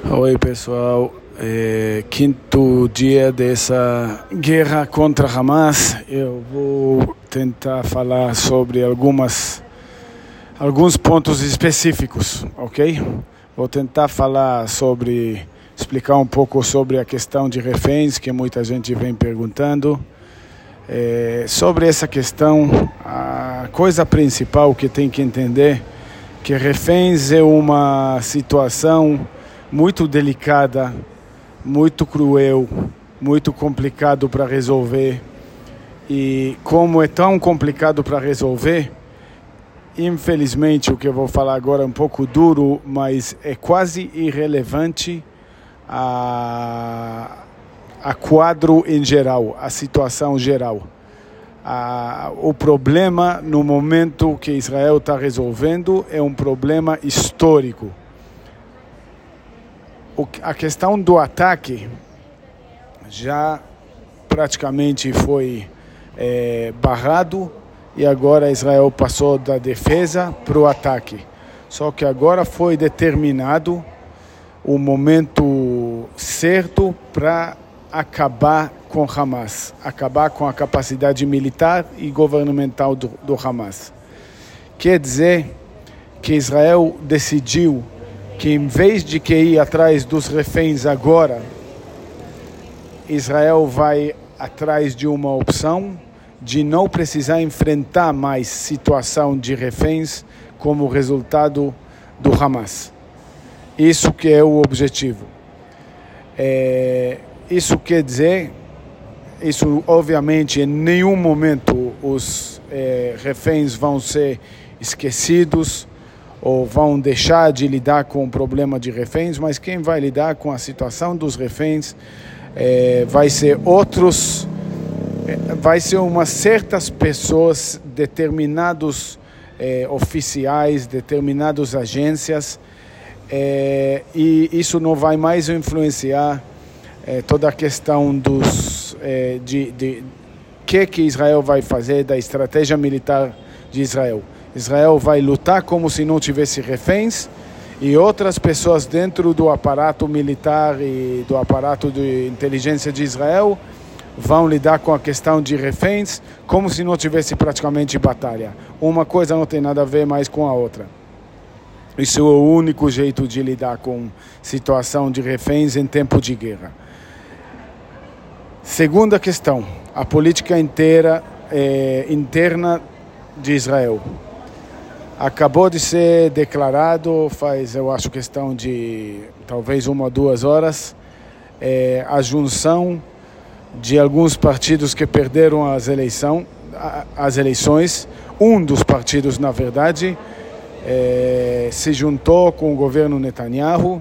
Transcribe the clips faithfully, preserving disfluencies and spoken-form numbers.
Oi pessoal, é, quinto dia dessa guerra contra Hamas. Eu vou tentar falar sobre algumas, alguns pontos específicos, ok? Vou tentar falar sobre, explicar um pouco sobre a questão de reféns, que muita gente vem perguntando. É, sobre essa questão, a coisa principal que tem que entender que reféns é uma situação muito delicada, muito cruel, muito complicado para resolver. E como é tão complicado para resolver, infelizmente o que eu vou falar agora é um pouco duro, mas é quase irrelevante a, a quadro em geral, a situação geral. A, o problema no momento que Israel está resolvendo é um problema histórico. O, a questão do ataque já praticamente foi é, barrado e agora Israel passou da defesa para o ataque. Só que agora foi determinado o momento certo para acabar com Hamas, acabar com a capacidade militar e governamental do, do Hamas. Quer dizer que Israel decidiu que em vez de que ir atrás dos reféns agora, Israel vai atrás de uma opção de não precisar enfrentar mais situação de reféns como resultado do Hamas. Isso que é o objetivo. É, isso quer dizer, isso obviamente em nenhum momento os é, reféns vão ser esquecidos ou vão deixar de lidar com o problema de reféns, mas quem vai lidar com a situação dos reféns é, vai ser outros, é, vai ser umas certas pessoas, determinados é, oficiais, determinadas agências, é, e isso não vai mais influenciar é, toda a questão dos é, de, de que que Israel vai fazer, da estratégia militar de Israel. Israel vai lutar como se não tivesse reféns e outras pessoas dentro do aparato militar e do aparato de inteligência de Israel vão lidar com a questão de reféns como se não tivesse praticamente batalha. Uma coisa não tem nada a ver mais com a outra. Isso é o único jeito de lidar com situação de reféns em tempo de guerra. Segunda questão, a política inteira, eh, interna de Israel. Acabou de ser declarado, faz, eu acho, questão de talvez uma ou duas horas, é, a junção de alguns partidos que perderam as, eleição, as eleições. Um dos partidos, na verdade, é, se juntou com o governo Netanyahu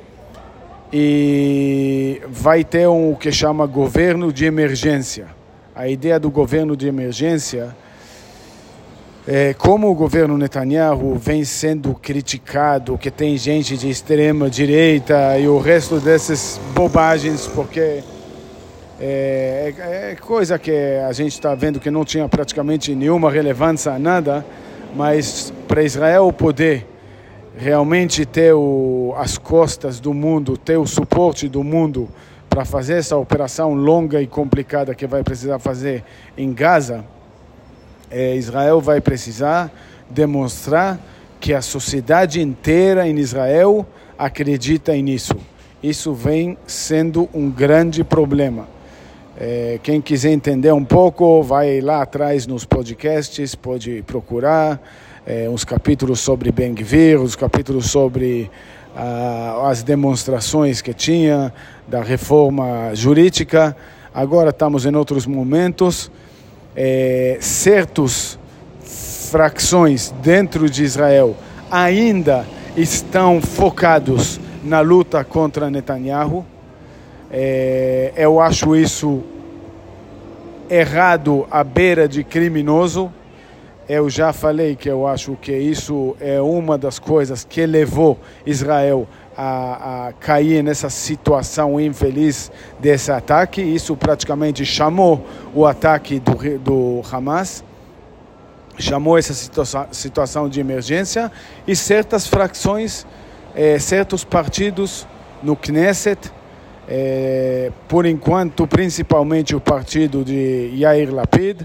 e vai ter um, o que chama governo de emergência. A ideia do governo de emergência é, como o governo Netanyahu vem sendo criticado, que tem gente de extrema direita e o resto dessas bobagens, porque é, é, é coisa que a gente está vendo que não tinha praticamente nenhuma relevância a nada, mas para Israel poder realmente ter o, as costas do mundo, ter o suporte do mundo para fazer essa operação longa e complicada que vai precisar fazer em Gaza, É, Israel vai precisar demonstrar que a sociedade inteira em Israel acredita nisso. Isso vem sendo um grande problema. É, quem quiser entender um pouco, vai lá atrás nos podcasts, pode procurar é, uns capítulos sobre Ben Gvir, os capítulos sobre ah, as demonstrações que tinha da reforma jurídica. Agora estamos em outros momentos. É, certos fracções dentro de Israel ainda estão focados na luta contra Netanyahu. É, eu acho isso errado, à beira de criminoso. Eu já falei que eu acho que isso é uma das coisas que levou Israel a, a cair nessa situação infeliz desse ataque. Isso praticamente chamou o ataque do, do Hamas, chamou essa situa- situação de emergência, e certas fracções, eh, certos partidos no Knesset, é, por enquanto principalmente o partido de Yair Lapid.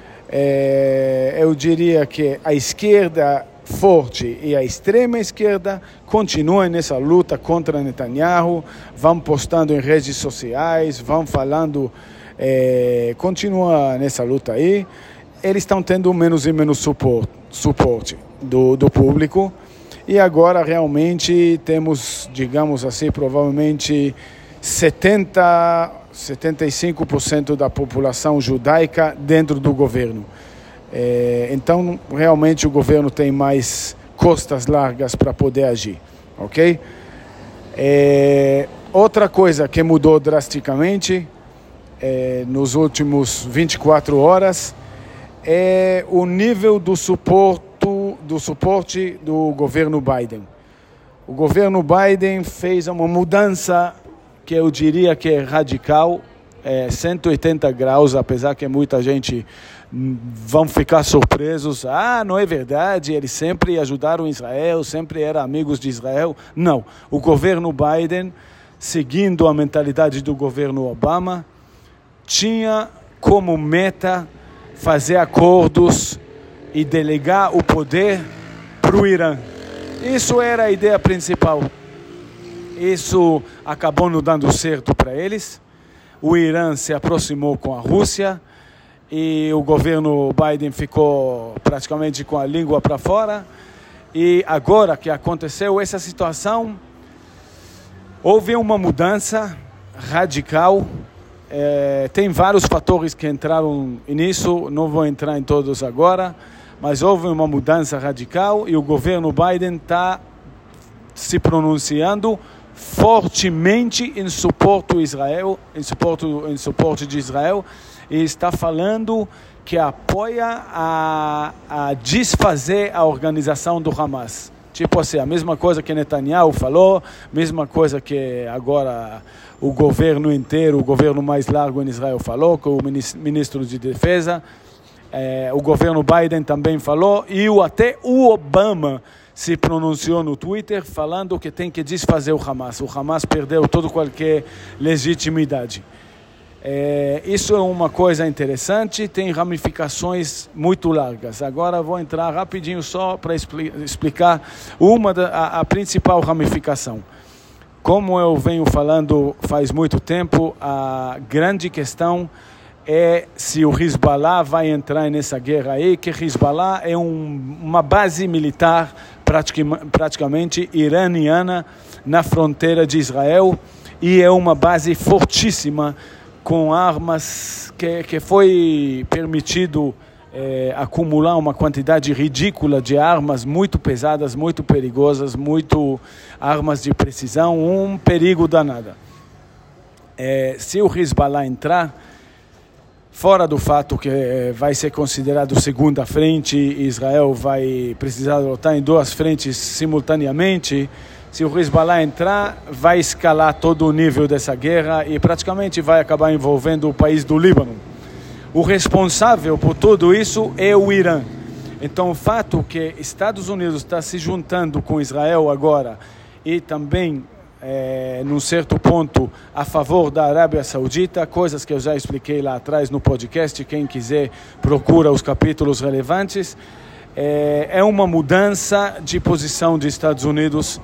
É, eu diria que a esquerda forte e a extrema esquerda continuam nessa luta contra Netanyahu, vão postando em redes sociais, vão falando, é, continua nessa luta aí. Eles estão tendo menos e menos suporte, suporte do, do público, e agora realmente temos, digamos assim, provavelmente setenta, setenta e cinco por cento da população judaica dentro do governo. É, então, realmente o governo tem mais costas largas para poder agir, ok? É, outra coisa que mudou drasticamente é, nos últimos vinte e quatro horas é o nível do suporte, do suporte do governo Biden. O governo Biden fez uma mudança que eu diria que é radical, é cento e oitenta graus, apesar que muita gente vão ficar surpresos. Ah, não é verdade, eles sempre ajudaram Israel, sempre eram amigos de Israel. Não, o governo Biden, seguindo a mentalidade do governo Obama, tinha como meta fazer acordos e delegar o poder para o Irã. Isso era a ideia principal. Isso acabou não dando certo para eles. O Irã se aproximou com a Rússia e o governo Biden ficou praticamente com a língua para fora. E agora que aconteceu essa situação, houve uma mudança radical. É, tem vários fatores que entraram nisso, não vou entrar em todos agora, mas houve uma mudança radical e o governo Biden está se pronunciando fortemente em suporte a Israel, em suporte, em suporte de Israel, e está falando que apoia a, a desfazer a organização do Hamas. Tipo assim, a mesma coisa que Netanyahu falou, mesma coisa que agora o governo inteiro, o governo mais largo em Israel falou, que o ministro de Defesa, eh, o governo Biden também falou, e o, até o Obama se pronunciou no Twitter falando que tem que desfazer o Hamas. O Hamas perdeu toda qualquer legitimidade. É, isso é uma coisa interessante, tem ramificações muito largas. Agora vou entrar rapidinho só para expli- explicar uma da, a, a principal ramificação. Como eu venho falando faz muito tempo, a grande questão é se o Hezbollah vai entrar nessa guerra aí, que Hezbollah é um, uma base militar praticamente iraniana na fronteira de Israel e é uma base fortíssima com armas que, que foi permitido é, acumular uma quantidade ridícula de armas muito pesadas, muito perigosas, muito armas de precisão, um perigo danado. É, se o Hezbollah entrar, fora do fato que é, vai ser considerado segunda frente, Israel vai precisar lutar em duas frentes simultaneamente. Se o Hezbollah entrar, vai escalar todo o nível dessa guerra e praticamente vai acabar envolvendo o país do Líbano. O responsável por tudo isso é o Irã. Então, o fato que Estados Unidos está se juntando com Israel agora e também, é, num certo ponto, a favor da Arábia Saudita, coisas que eu já expliquei lá atrás no podcast, quem quiser procura os capítulos relevantes, é, é uma mudança de posição dos Estados Unidos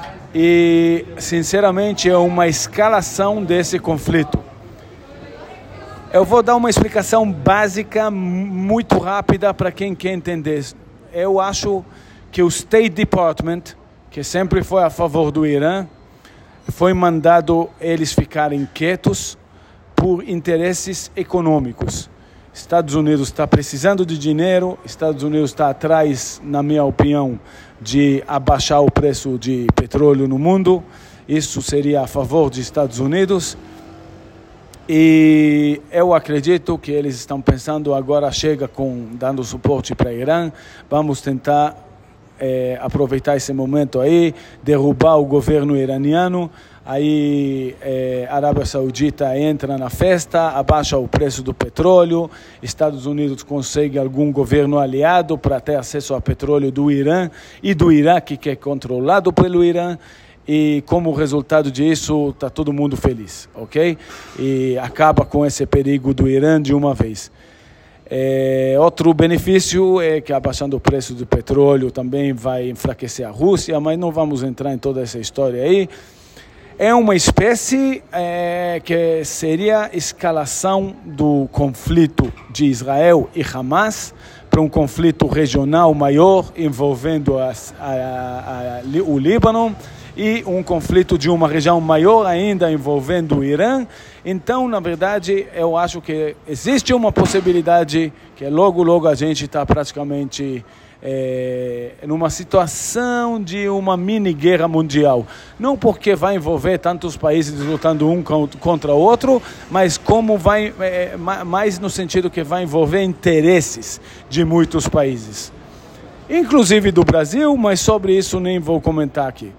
e, sinceramente, é uma escalação desse conflito. Eu vou dar uma explicação básica, muito rápida, para quem quer entender. Eu acho que o State Department, que sempre foi a favor do Irã, foi mandado eles ficarem quietos por interesses econômicos. Estados Unidos está precisando de dinheiro, Estados Unidos está atrás, na minha opinião, de abaixar o preço de petróleo no mundo. Isso seria a favor dos Estados Unidos. E eu acredito que eles estão pensando agora chega com dando suporte para o Irã. Vamos tentar é, aproveitar esse momento aí, derrubar o governo iraniano. Aí é, a Arábia Saudita entra na festa, abaixa o preço do petróleo, Estados Unidos consegue algum governo aliado para ter acesso ao petróleo do Irã e do Iraque, que é controlado pelo Irã, e como resultado disso está todo mundo feliz, ok? E acaba com esse perigo do Irã de uma vez. É, outro benefício é que abaixando o preço do petróleo também vai enfraquecer a Rússia, mas não vamos entrar em toda essa história aí. É uma espécie é, que seria a escalação do conflito de Israel e Hamas para um conflito regional maior envolvendo as, a, a, a, o Líbano e um conflito de uma região maior ainda envolvendo o Irã. Então, na verdade, eu acho que existe uma possibilidade que logo, logo a gente está praticamente é, numa situação de uma mini-guerra mundial. Não porque vai envolver tantos países lutando um contra o outro, mas como vai, é, mais no sentido que vai envolver interesses de muitos países. Inclusive do Brasil, mas sobre isso nem vou comentar aqui.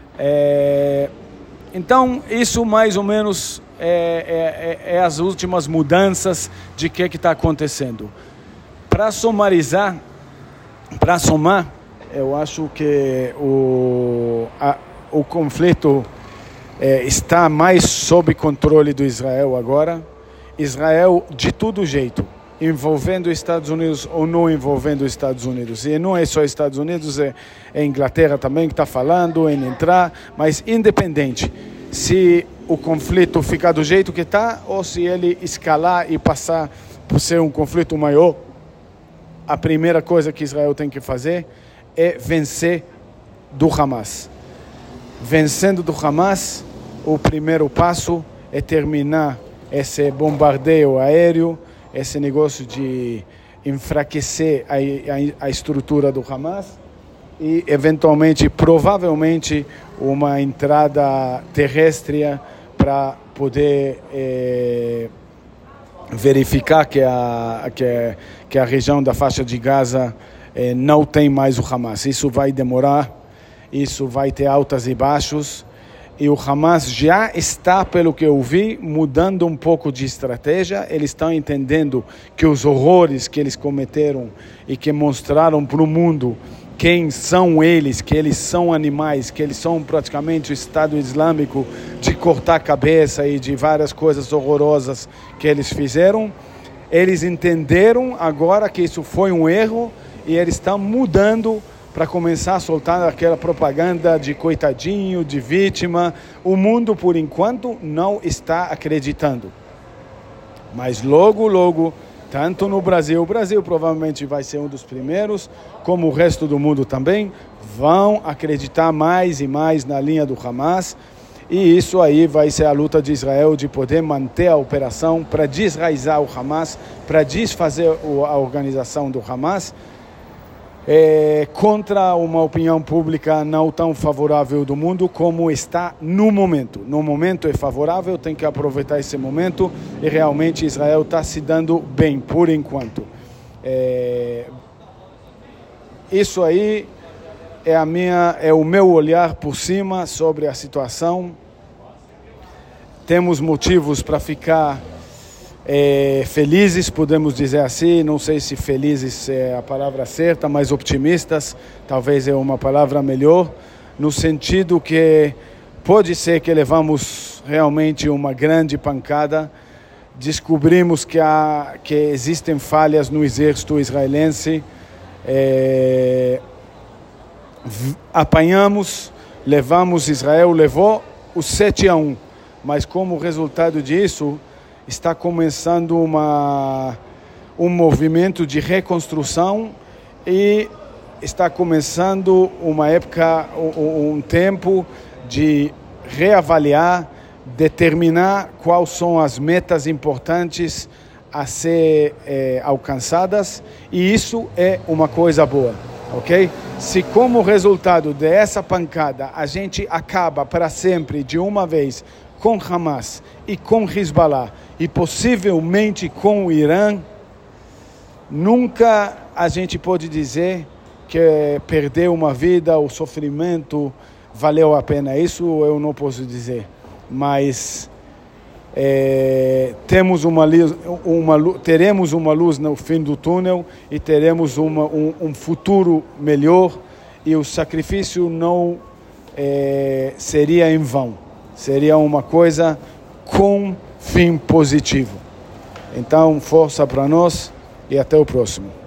É, então, isso mais ou menos é, é, é as últimas mudanças de que está acontecendo. Para sumarizar, para somar, eu acho que o, a, o conflito é, está mais sob controle do Israel agora. Israel, de todo jeito, envolvendo os Estados Unidos ou não envolvendo os Estados Unidos. E não é só os Estados Unidos, é a Inglaterra também que está falando em entrar, mas independente se o conflito ficar do jeito que está ou se ele escalar e passar por ser um conflito maior, a primeira coisa que Israel tem que fazer é vencer do Hamas. Vencendo do Hamas, o primeiro passo é terminar esse bombardeio aéreo, esse negócio de enfraquecer a, a, a estrutura do Hamas e, eventualmente, provavelmente, uma entrada terrestre para poder eh, verificar que a, que, que a região da faixa de Gaza eh, não tem mais o Hamas. Isso vai demorar, isso vai ter altas e baixos. E o Hamas já está, pelo que eu vi, mudando um pouco de estratégia. Eles estão entendendo que os horrores que eles cometeram e que mostraram para o mundo quem são eles, que eles são animais, que eles são praticamente o Estado Islâmico de cortar a cabeça e de várias coisas horrorosas que eles fizeram. Eles entenderam agora que isso foi um erro e eles estão mudando para começar a soltar aquela propaganda de coitadinho, de vítima. O mundo, por enquanto, não está acreditando. Mas logo, logo, tanto no Brasil, o Brasil provavelmente vai ser um dos primeiros, como o resto do mundo também, vão acreditar mais e mais na linha do Hamas. E isso aí vai ser a luta de Israel de poder manter a operação para desraizar o Hamas, para desfazer a organização do Hamas, É, contra uma opinião pública não tão favorável do mundo como está no momento. No momento é favorável, tem que aproveitar esse momento e realmente Israel está se dando bem por enquanto. É, isso aí é, a minha, é o meu olhar por cima sobre a situação. Temos motivos para ficar É, felizes, podemos dizer assim, não sei se felizes é a palavra certa, mas optimistas, talvez é uma palavra melhor, no sentido que pode ser que levamos realmente uma grande pancada, descobrimos que, há, que existem falhas no exército israelense, é, apanhamos, levamos, Israel levou o sete a um, mas como resultado disso, está começando uma, um movimento de reconstrução e está começando uma época, um, um tempo de reavaliar, determinar quais são as metas importantes a ser eh, alcançadas, e isso é uma coisa boa, ok? Se como resultado dessa pancada a gente acaba para sempre de uma vez com Hamas e com Hezbollah e possivelmente com o Irã, nunca a gente pode dizer que perder uma vida, o sofrimento valeu a pena. Isso eu não posso dizer, mas é, temos uma, uma, teremos uma luz no fim do túnel e teremos uma, um, um futuro melhor, e o sacrifício não é, seria em vão. Seria uma coisa com fim positivo. Então, força para nós e até o próximo.